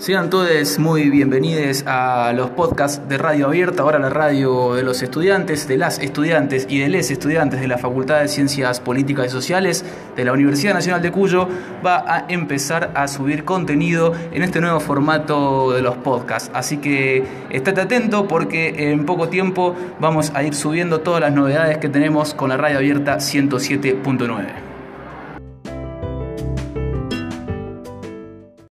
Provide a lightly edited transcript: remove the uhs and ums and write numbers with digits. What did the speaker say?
Sean todos muy bienvenidos a los podcasts de Radio Abierta, ahora la radio de los estudiantes, de las estudiantes y de les estudiantes de la Facultad de Ciencias Políticas y Sociales de la Universidad Nacional de Cuyo. Va a empezar a subir contenido en este nuevo formato de los podcasts, así que estate atento porque en poco tiempo vamos a ir subiendo todas las novedades que tenemos con la Radio Abierta 107.9.